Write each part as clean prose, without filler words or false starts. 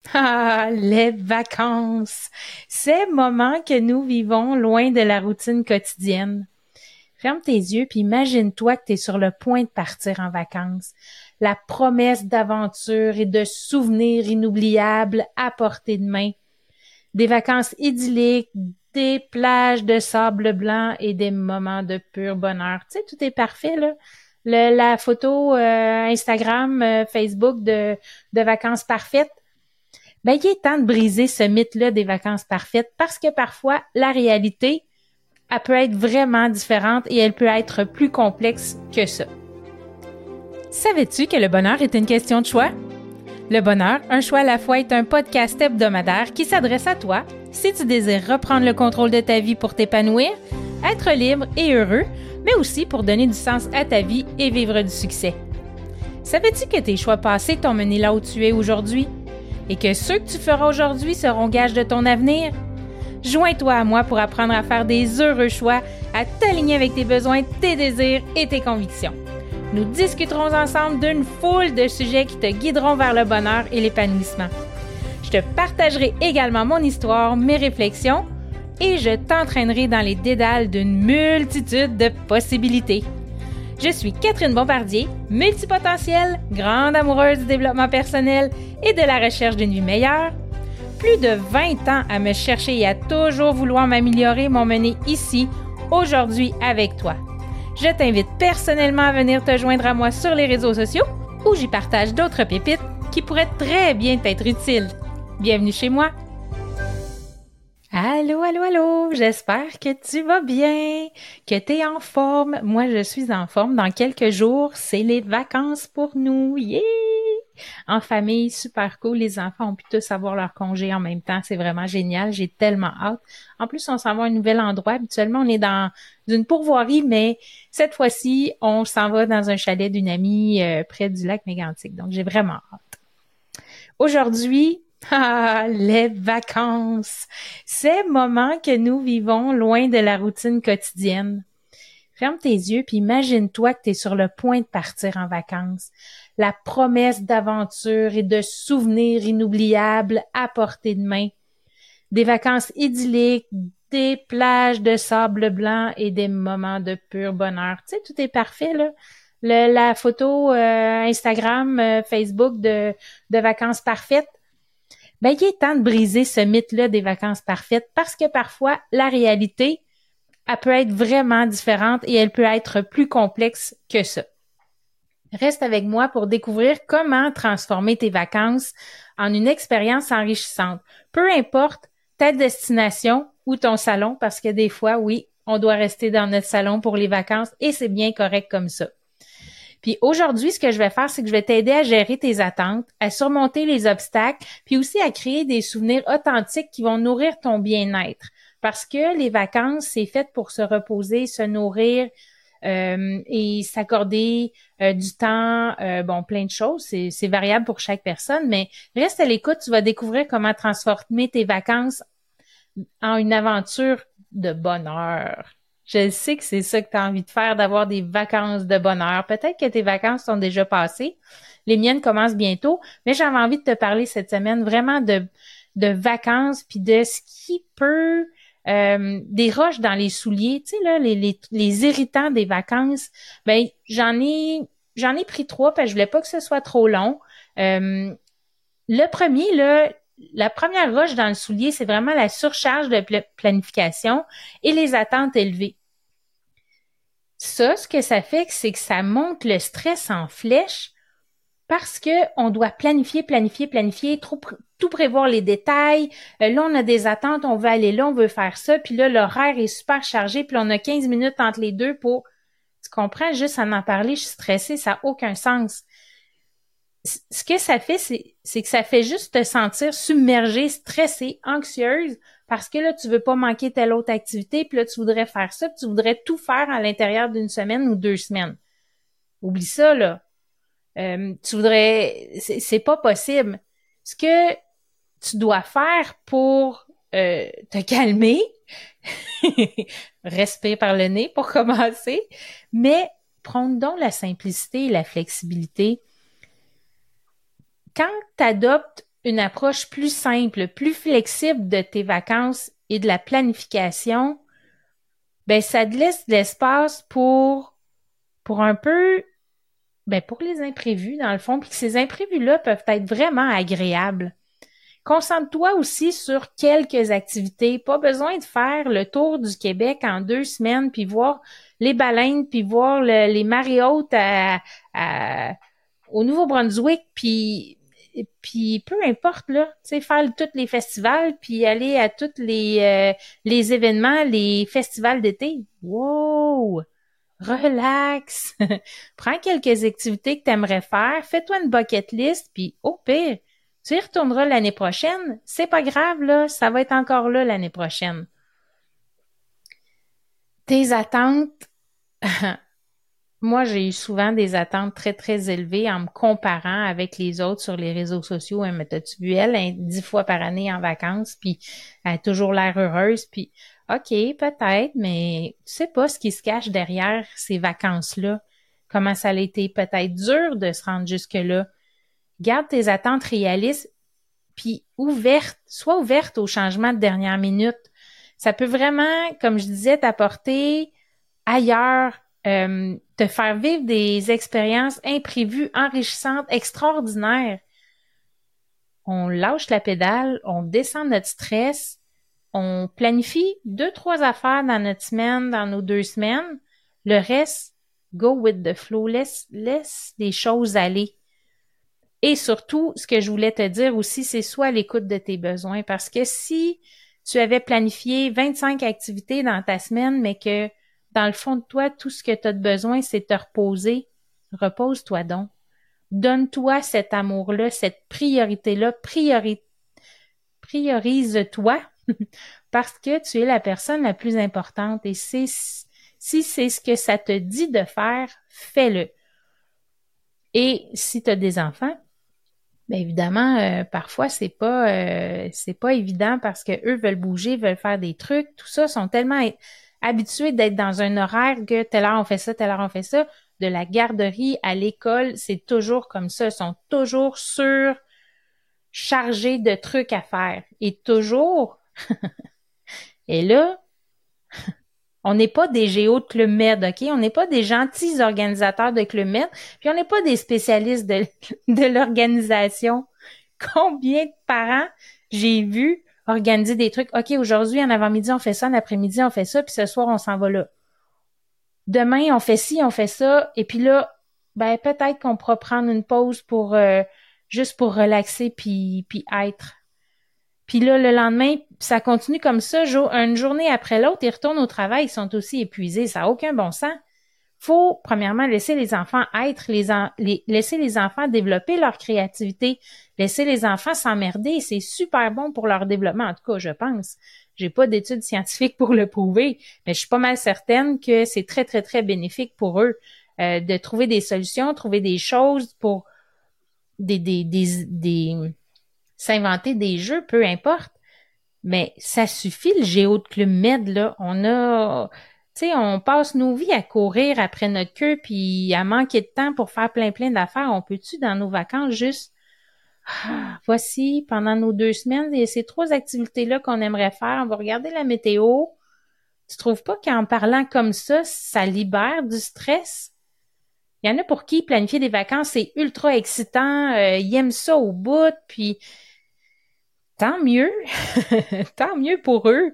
Ah, les vacances! Ces moments que nous vivons loin de la routine quotidienne. Ferme tes yeux puis imagine-toi que tu es sur le point de partir en vacances. La promesse d'aventure et de souvenirs inoubliables à portée de main. Des vacances idylliques, des plages de sable blanc et des moments de pur bonheur. Tu sais, tout est parfait, là. La photo Instagram, Facebook de vacances parfaites. Ben, il est temps de briser ce mythe-là des vacances parfaites parce que parfois, la réalité, elle peut être vraiment différente et elle peut être plus complexe que ça. Savais-tu que le bonheur est une question de choix? Le bonheur, un choix à la fois est un podcast hebdomadaire qui s'adresse à toi si tu désires reprendre le contrôle de ta vie pour t'épanouir, être libre et heureux, mais aussi pour donner du sens à ta vie et vivre du succès. Savais-tu que tes choix passés t'ont mené là où tu es aujourd'hui? Et que ceux que tu feras aujourd'hui seront gages de ton avenir? Joins-toi à moi pour apprendre à faire des heureux choix, à t'aligner avec tes besoins, tes désirs et tes convictions. Nous discuterons ensemble d'une foule de sujets qui te guideront vers le bonheur et l'épanouissement. Je te partagerai également mon histoire, mes réflexions et je t'entraînerai dans les dédales d'une multitude de possibilités. Je suis Catherine Bombardier, multipotentielle, grande amoureuse du développement personnel et de la recherche d'une vie meilleure. Plus de 20 ans à me chercher et à toujours vouloir m'améliorer m'ont mené ici, aujourd'hui avec toi. Je t'invite personnellement à venir te joindre à moi sur les réseaux sociaux où j'y partage d'autres pépites qui pourraient très bien t'être utiles. Bienvenue chez moi! Allô, allô, allô! J'espère que tu vas bien, que tu es en forme. Moi, je suis en forme. Dans quelques jours, c'est les vacances pour nous. Yeah! En famille, super cool. Les enfants ont pu tous avoir leur congé en même temps. C'est vraiment génial. J'ai tellement hâte. En plus, on s'en va à un nouvel endroit. Habituellement, on est dans une pourvoirie, mais cette fois-ci, on s'en va dans un chalet d'une amie près du lac Mégantic. Donc, j'ai vraiment hâte. Aujourd'hui, les vacances! Ces moments que nous vivons loin de la routine quotidienne. Ferme tes yeux puis imagine-toi que tu es sur le point de partir en vacances. La promesse d'aventure et de souvenirs inoubliables à portée de main. Des vacances idylliques, des plages de sable blanc et des moments de pur bonheur. Tu sais, tout est parfait, là. La photo Instagram, Facebook de vacances parfaites. Ben, il est temps de briser ce mythe-là des vacances parfaites parce que parfois, la réalité, elle peut être vraiment différente et elle peut être plus complexe que ça. Reste avec moi pour découvrir comment transformer tes vacances en une expérience enrichissante. Peu importe ta destination ou ton salon, parce que des fois, oui, on doit rester dans notre salon pour les vacances et c'est bien correct comme ça. Puis aujourd'hui, ce que je vais faire, c'est que je vais t'aider à gérer tes attentes, à surmonter les obstacles, puis aussi à créer des souvenirs authentiques qui vont nourrir ton bien-être. Parce que les vacances, c'est fait pour se reposer, se nourrir et s'accorder du temps, bon, plein de choses. C'est variable pour chaque personne, mais reste à l'écoute, tu vas découvrir comment transformer tes vacances en une aventure de bonheur. Je sais que c'est ça que tu as envie de faire, d'avoir des vacances de bonheur. Peut-être que tes vacances sont déjà passées. Les miennes commencent bientôt, mais j'avais envie de te parler cette semaine vraiment de vacances puis de ce qui peut des roches dans les souliers, tu sais là, les irritants des vacances. Ben j'en ai pris 3 parce que je voulais pas que ce soit trop long. Le premier là, la première roche dans le soulier, c'est vraiment la surcharge de planification et les attentes élevées. Ça, ce que ça fait, c'est que ça monte le stress en flèche parce que on doit planifier, tout prévoir les détails. Là, on a des attentes, on veut aller là, on veut faire ça, puis là, l'horaire est super chargé, puis on a 15 minutes entre les deux pour... Tu comprends? Juste en parler, je suis stressée, ça n'a aucun sens. Ce que ça fait, c'est que ça fait juste te sentir submergée, stressée, anxieuse, parce que là, tu veux pas manquer telle autre activité, puis là, tu voudrais faire ça, puis tu voudrais tout faire à l'intérieur d'une semaine ou 2 semaines. Oublie ça, là. Tu voudrais... C'est pas possible. Ce que tu dois faire pour te calmer, respire par le nez pour commencer, mais prône donc la simplicité et la flexibilité. Quand tu adoptes une approche plus simple, plus flexible de tes vacances et de la planification, ben ça te laisse de l'espace pour un peu, ben pour les imprévus dans le fond, puis que ces imprévus-là peuvent être vraiment agréables. Concentre-toi aussi sur quelques activités. Pas besoin de faire le tour du Québec en 2 semaines, puis voir les baleines, puis voir les marées hautes au Nouveau-Brunswick, puis peu importe, là, tu sais, faire tous les festivals, puis aller à tous les événements, les festivals d'été. Wow! Relax! Prends quelques activités que tu aimerais faire, fais-toi une bucket list, puis au pire, tu y retourneras l'année prochaine. C'est pas grave, là, ça va être encore là l'année prochaine. Tes attentes, moi, j'ai eu souvent des attentes très, très élevées en me comparant avec les autres sur les réseaux sociaux. Hein, mais t'as-tu vu elle, 10 fois par année en vacances, puis elle a toujours l'air heureuse, puis OK, peut-être, mais tu sais pas ce qui se cache derrière ces vacances-là. Comment ça a été peut-être dur de se rendre jusque-là. Garde tes attentes réalistes, puis sois ouverte aux changements de dernière minute. Ça peut vraiment, comme je disais, t'apporter ailleurs, te faire vivre des expériences imprévues, enrichissantes, extraordinaires. On lâche la pédale, on descend notre stress, on planifie 2, 3 affaires dans notre semaine, dans nos 2 semaines. Le reste, go with the flow, laisse les choses aller. Et surtout, ce que je voulais te dire aussi, c'est sois à l'écoute de tes besoins. Parce que si tu avais planifié 25 activités dans ta semaine, mais que dans le fond de toi, tout ce que tu as de besoin, c'est te reposer, repose-toi donc. Donne-toi cet amour-là, cette priorité-là, priorise-toi parce que tu es la personne la plus importante et si c'est ce que ça te dit de faire, fais-le. Et si tu as des enfants, bien évidemment, parfois c'est pas évident parce que eux veulent bouger, veulent faire des trucs, tout ça, sont tellement habitués d'être dans un horaire que telle heure on fait ça, telle heure on fait ça. De la garderie à l'école, c'est toujours comme ça, ils sont toujours surchargés de trucs à faire. Et toujours, et là, on n'est pas des géos de Club Med, OK? On n'est pas des gentils organisateurs de Club Med, puis on n'est pas des spécialistes de l'organisation. Combien de parents j'ai vu organiser des trucs? OK, aujourd'hui, en avant-midi, on fait ça, en après-midi, on fait ça, puis ce soir, on s'en va là. Demain, on fait ci, on fait ça, et puis là, ben peut-être qu'on pourra prendre une pause pour juste pour relaxer puis être. Puis là, le lendemain, ça continue comme ça, une journée après l'autre, ils retournent au travail, ils sont aussi épuisés, ça n'a aucun bon sens. Faut, premièrement, laisser les enfants être, laisser les enfants développer leur créativité, laisser les enfants s'emmerder, c'est super bon pour leur développement, en tout cas, je pense. J'ai pas d'études scientifiques pour le prouver, mais je suis pas mal certaine que c'est très, très, très bénéfique pour eux de trouver des solutions, trouver des choses pour s'inventer des jeux, peu importe. Mais ça suffit, le Géo de Club Med, là. Tu sais, on passe nos vies à courir après notre queue puis à manquer de temps pour faire plein d'affaires. On peut-tu, dans nos vacances, juste, voici, pendant nos 2 semaines, il y a ces 3 activités-là qu'on aimerait faire. On va regarder la météo. Tu trouves pas qu'en parlant comme ça libère du stress? Il y en a pour qui planifier des vacances, c'est ultra excitant. Ils aiment ça au bout, puis tant mieux. Tant mieux pour eux.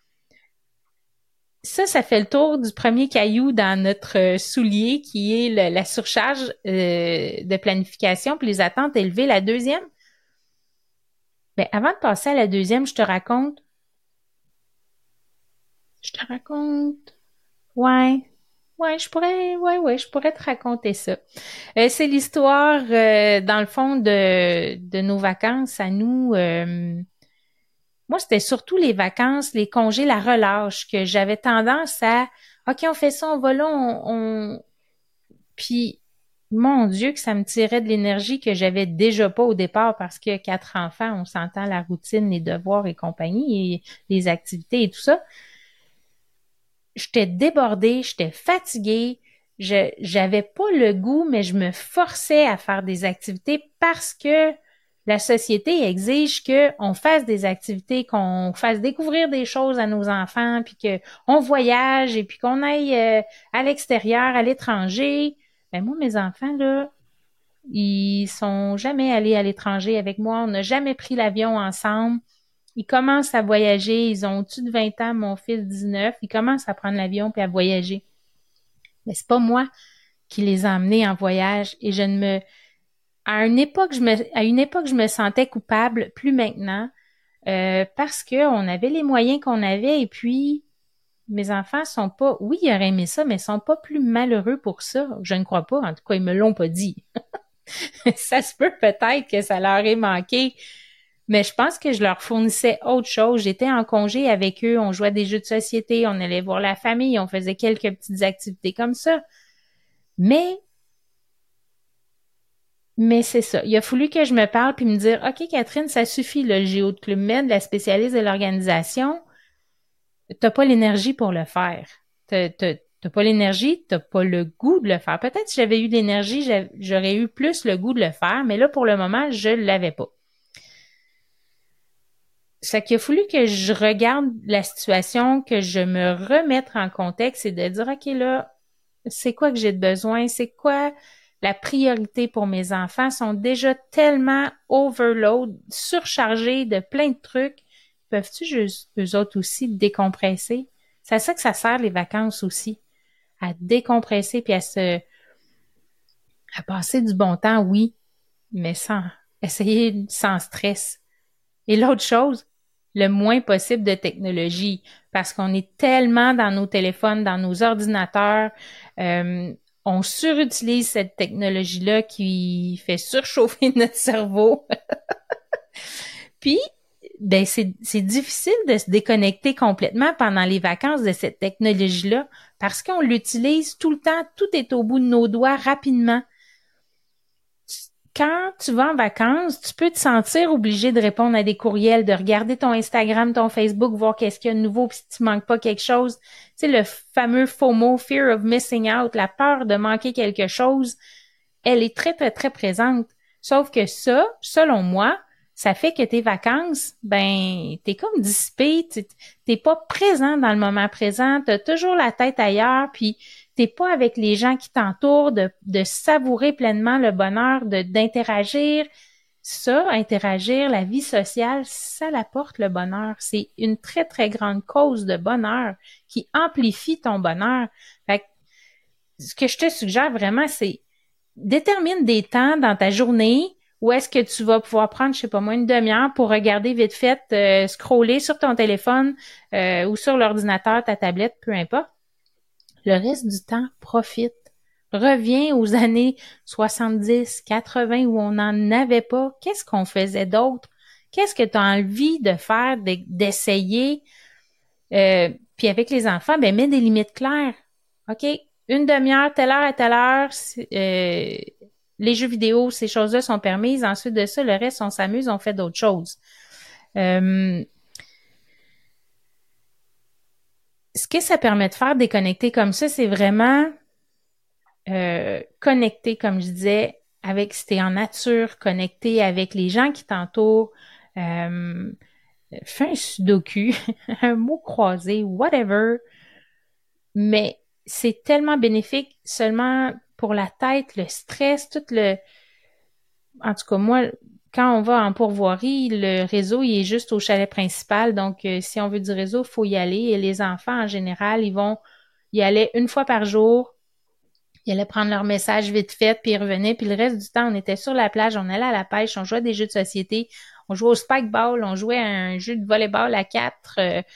Ça fait le tour du premier caillou dans notre soulier qui est la surcharge de planification puis les attentes élevées. La deuxième, ben avant de passer à la deuxième, je te raconte. Ouais, je pourrais te raconter ça. C'est l'histoire, dans le fond, de nos vacances à nous. Moi, c'était surtout les vacances, les congés, la relâche, que j'avais tendance à, OK, on fait ça, on va là, Puis, mon Dieu, que ça me tirait de l'énergie que j'avais déjà pas au départ parce que 4 enfants, on s'entend la routine, les devoirs et compagnie, et les activités et tout ça. J'étais débordée, j'étais fatiguée, j'avais pas le goût, mais je me forçais à faire des activités parce que La société exige qu'on fasse des activités, qu'on fasse découvrir des choses à nos enfants, puis qu'on voyage et puis qu'on aille à l'extérieur, à l'étranger. Ben moi, mes enfants, là, ils sont jamais allés à l'étranger avec moi. On n'a jamais pris l'avion ensemble. Ils commencent à voyager. Ils ont au-dessus de 20 ans, mon fils 19. Ils commencent à prendre l'avion puis à voyager. Mais c'est pas moi qui les ai emmenés en voyage et je ne me à une époque, je me sentais coupable, plus maintenant, parce que on avait les moyens qu'on avait et puis mes enfants sont pas, oui, ils auraient aimé ça, mais ils sont pas plus malheureux pour ça. Je ne crois pas. En tout cas, ils me l'ont pas dit. Ça se peut peut-être que ça leur ait manqué, mais je pense que je leur fournissais autre chose. J'étais en congé avec eux, on jouait à des jeux de société, on allait voir la famille, on faisait quelques petites activités comme ça. Mais Mais c'est ça. Il a fallu que je me parle puis me dire, OK, Catherine, ça suffit, le Géo de Club Med, la spécialiste de l'organisation. T'as pas l'énergie pour le faire. T'as pas l'énergie, t'as pas le goût de le faire. Peut-être si j'avais eu l'énergie, j'aurais eu plus le goût de le faire, mais là, pour le moment, je l'avais pas. Ça qu'il a fallu que je regarde la situation, que je me remette en contexte et de dire, OK, là, c'est quoi que j'ai de besoin? C'est quoi la priorité pour mes enfants? Ils sont déjà tellement overload, surchargés de plein de trucs. Peuvent-tu juste, eux autres aussi, décompresser? C'est à ça que ça sert les vacances aussi. À décompresser puis à passer du bon temps, oui, mais essayer sans stress. Et l'autre chose, le moins possible de technologie, parce qu'on est tellement dans nos téléphones, dans nos ordinateurs, euh, on surutilise cette technologie-là qui fait surchauffer notre cerveau. Puis, ben c'est difficile de se déconnecter complètement pendant les vacances de cette technologie-là, parce qu'on l'utilise tout le temps, tout est au bout de nos doigts rapidement. Quand tu vas en vacances, tu peux te sentir obligé de répondre à des courriels, de regarder ton Instagram, ton Facebook, voir qu'est-ce qu'il y a de nouveau, puis si tu manques pas quelque chose. Tu sais, le fameux FOMO, Fear of Missing Out, la peur de manquer quelque chose, elle est très, très, très présente. Sauf que ça, selon moi, ça fait que tes vacances, ben, t'es comme dissipé, t'es pas présent dans le moment présent, t'as toujours la tête ailleurs, puis t'es pas avec les gens qui t'entourent, de savourer pleinement le bonheur, d'interagir. Ça, interagir, la vie sociale, ça l'apporte le bonheur. C'est une très, très grande cause de bonheur qui amplifie ton bonheur. Fait que, ce que je te suggère vraiment, c'est détermine des temps dans ta journée où est-ce que tu vas pouvoir prendre, je sais pas moi, une demi-heure pour regarder vite fait, scroller sur ton téléphone ou sur l'ordinateur, ta tablette, peu importe. Le reste du temps, profite. Reviens aux années 70, 80 où on n'en avait pas. Qu'est-ce qu'on faisait d'autre? Qu'est-ce que tu as envie de faire, d'essayer? Puis avec les enfants, ben mets des limites claires. OK? Une demi-heure, telle heure à telle heure, les jeux vidéo, ces choses-là sont permises. Ensuite de ça, le reste, on s'amuse, on fait d'autres choses. Ce que ça permet de faire, déconnecter comme ça, c'est vraiment connecter, comme je disais, avec si t'es en nature, connecter avec les gens qui t'entourent. Fais un sudoku, un mot croisé, whatever. Mais c'est tellement bénéfique seulement pour la tête, le stress, tout le... En tout cas, moi, quand on va en pourvoirie, le réseau, il est juste au chalet principal. Donc, si on veut du réseau, il faut y aller. Et les enfants, en général, ils vont y aller une fois par jour. Ils allaient prendre leur message vite fait, puis ils revenaient. Puis le reste du temps, on était sur la plage, on allait à la pêche, on jouait à des jeux de société, on jouait au spikeball, on jouait à un jeu de volleyball à quatre,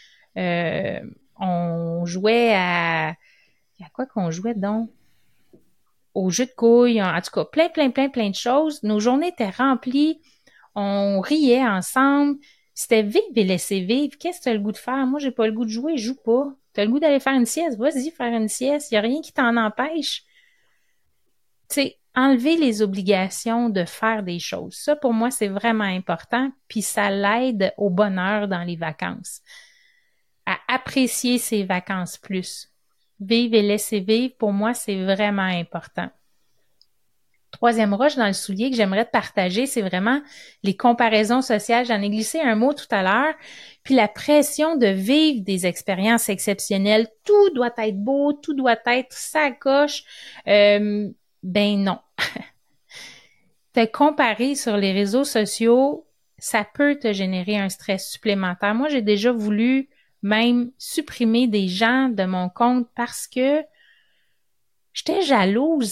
on jouait à quoi qu'on jouait donc? Au jeu de couilles, en tout cas, plein de choses. Nos journées étaient remplies, on riait ensemble. C'était vivre et laisser vivre. Qu'est-ce que tu as le goût de faire? Moi, j'ai pas le goût de jouer, je joue pas. Tu as le goût d'aller faire une sieste? Vas-y, faire une sieste. Il n'y a rien qui t'en empêche. Tu sais, enlever les obligations de faire des choses. Ça, pour moi, c'est vraiment important. Puis ça l'aide au bonheur dans les vacances. À apprécier ses vacances plus. Vivre et laisser vivre, pour moi, c'est vraiment important. Troisième roche dans le soulier que j'aimerais te partager, c'est vraiment les comparaisons sociales. J'en ai glissé un mot tout à l'heure. Puis la pression de vivre des expériences exceptionnelles. Tout doit être beau, tout doit être ça coche. Ben non. Te comparer sur les réseaux sociaux, ça peut te générer un stress supplémentaire. Moi, j'ai déjà voulu même supprimer des gens de mon compte parce que j'étais jalouse.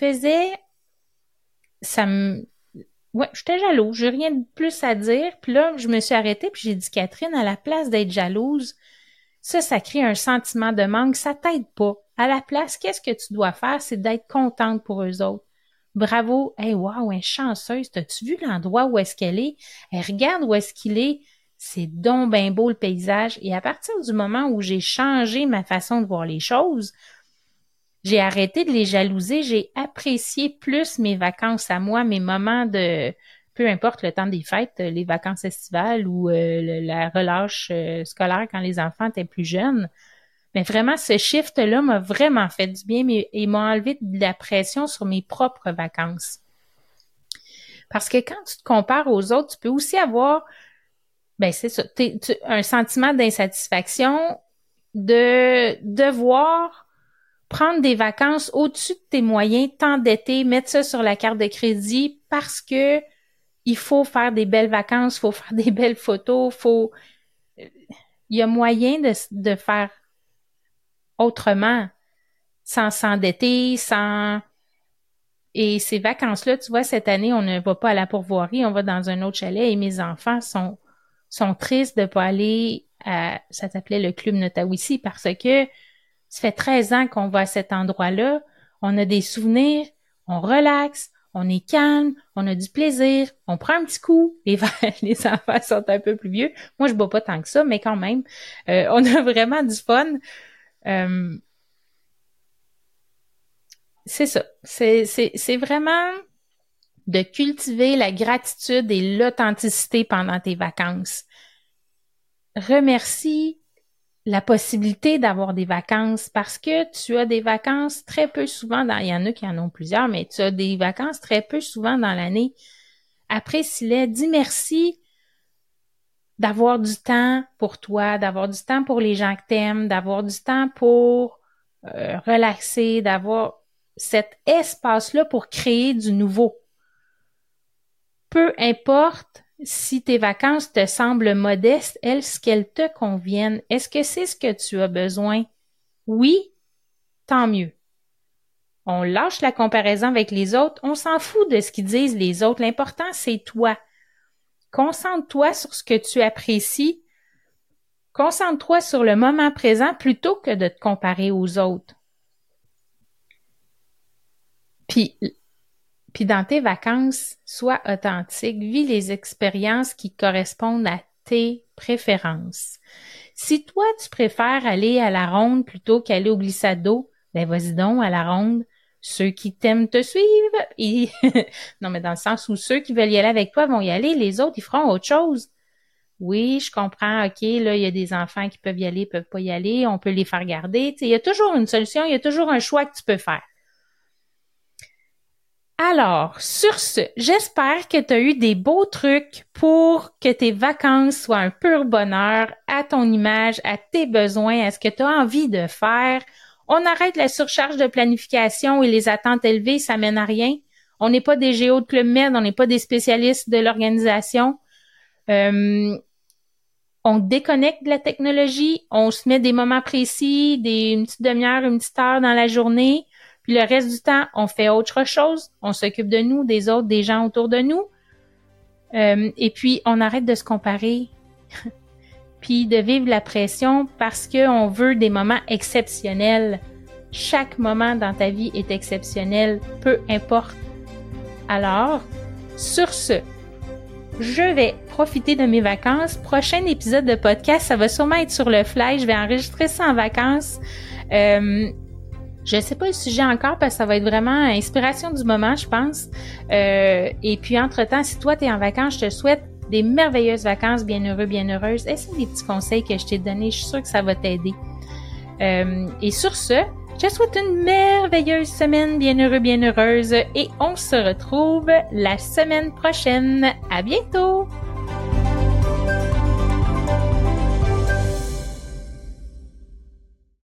Ouais, j'étais jalouse. J'ai rien de plus à dire. Puis là, je me suis arrêtée puis j'ai dit, Catherine, à la place d'être jalouse, ça crée un sentiment de manque. Ça t'aide pas. À la place, qu'est-ce que tu dois faire? C'est d'être contente pour eux autres. Bravo. Hey, wow, elle est chanceuse. T'as-tu vu l'endroit où est-ce qu'elle est? Elle regarde où est-ce qu'il est. C'est donc bien beau le paysage. Et à partir du moment où j'ai changé ma façon de voir les choses, j'ai arrêté de les jalouser, j'ai apprécié plus mes vacances à moi, mes moments de, peu importe le temps des fêtes, les vacances estivales ou la relâche scolaire quand les enfants étaient plus jeunes. Mais vraiment, ce shift-là m'a vraiment fait du bien et m'a enlevé de la pression sur mes propres vacances. Parce que quand tu te compares aux autres, tu peux aussi avoir, ben c'est ça, un sentiment d'insatisfaction de devoir prendre des vacances au-dessus de tes moyens, t'endetter, mettre ça sur la carte de crédit parce que il faut faire des belles vacances, il faut faire des belles photos, il y a moyen de faire autrement, sans s'endetter, et ces vacances-là, tu vois, cette année, on ne va pas à la pourvoirie, on va dans un autre chalet et mes enfants sont tristes de pas aller ça s'appelait le Club Notawissi parce que ça fait 13 ans qu'on va à cet endroit-là, on a des souvenirs, on relaxe, on est calme, on a du plaisir, on prend un petit coup, les enfants sont un peu plus vieux, moi je bois pas tant que ça, mais quand même, on a vraiment du fun. C'est ça, c'est vraiment de cultiver la gratitude et l'authenticité pendant tes vacances. Remercie la possibilité d'avoir des vacances parce que tu as des vacances très peu souvent il y en a qui en ont plusieurs, mais tu as des vacances très peu souvent dans l'année. Apprécie-les, dis merci d'avoir du temps pour toi, d'avoir du temps pour les gens que t'aimes, d'avoir du temps pour relaxer, d'avoir cet espace-là pour créer du nouveau. Peu importe si tes vacances te semblent modestes, est-ce qu'elles te conviennent? Est-ce que c'est ce que tu as besoin? Oui, tant mieux. On lâche la comparaison avec les autres, on s'en fout de ce qu'ils disent les autres. L'important, c'est toi. Concentre-toi sur ce que tu apprécies. Concentre-toi sur le moment présent plutôt que de te comparer aux autres. Puis dans tes vacances, sois authentique, vis les expériences qui correspondent à tes préférences. Si toi, tu préfères aller à la ronde plutôt qu'aller au glissade d'eau, ben vas-y donc à la ronde. Ceux qui t'aiment te suivent, non, mais dans le sens où ceux qui veulent y aller avec toi vont y aller, les autres, ils feront autre chose. Oui, je comprends, OK, là, il y a des enfants qui peuvent y aller, peuvent pas y aller, on peut les faire garder. Tu sais, il y a toujours une solution, il y a toujours un choix que tu peux faire. Alors, sur ce, j'espère que tu as eu des beaux trucs pour que tes vacances soient un pur bonheur à ton image, à tes besoins, à ce que tu as envie de faire. On arrête la surcharge de planification et les attentes élevées, ça mène à rien. On n'est pas des géos de Club Med, on n'est pas des spécialistes de l'organisation. On déconnecte de la technologie, on se met des moments précis, une petite demi-heure, une petite heure dans la journée. Puis le reste du temps, on fait autre chose. On s'occupe de nous, des autres, des gens autour de nous. Et puis, on arrête de se comparer. Puis de vivre la pression parce qu'on veut des moments exceptionnels. Chaque moment dans ta vie est exceptionnel, peu importe. Alors, sur ce, je vais profiter de mes vacances. Prochain épisode de podcast, ça va sûrement être sur le fly. Je vais enregistrer ça en vacances. Je sais pas le sujet encore parce que ça va être vraiment inspiration du moment, je pense. Et puis, entre-temps, si toi, tu es en vacances, je te souhaite des merveilleuses vacances, bien heureux, bien heureuses. Essaye des petits conseils que je t'ai donnés. Je suis sûre que ça va t'aider. Et sur ce, Je souhaite une merveilleuse semaine, bien heureux, bien heureuse, et on se retrouve la semaine prochaine. À bientôt!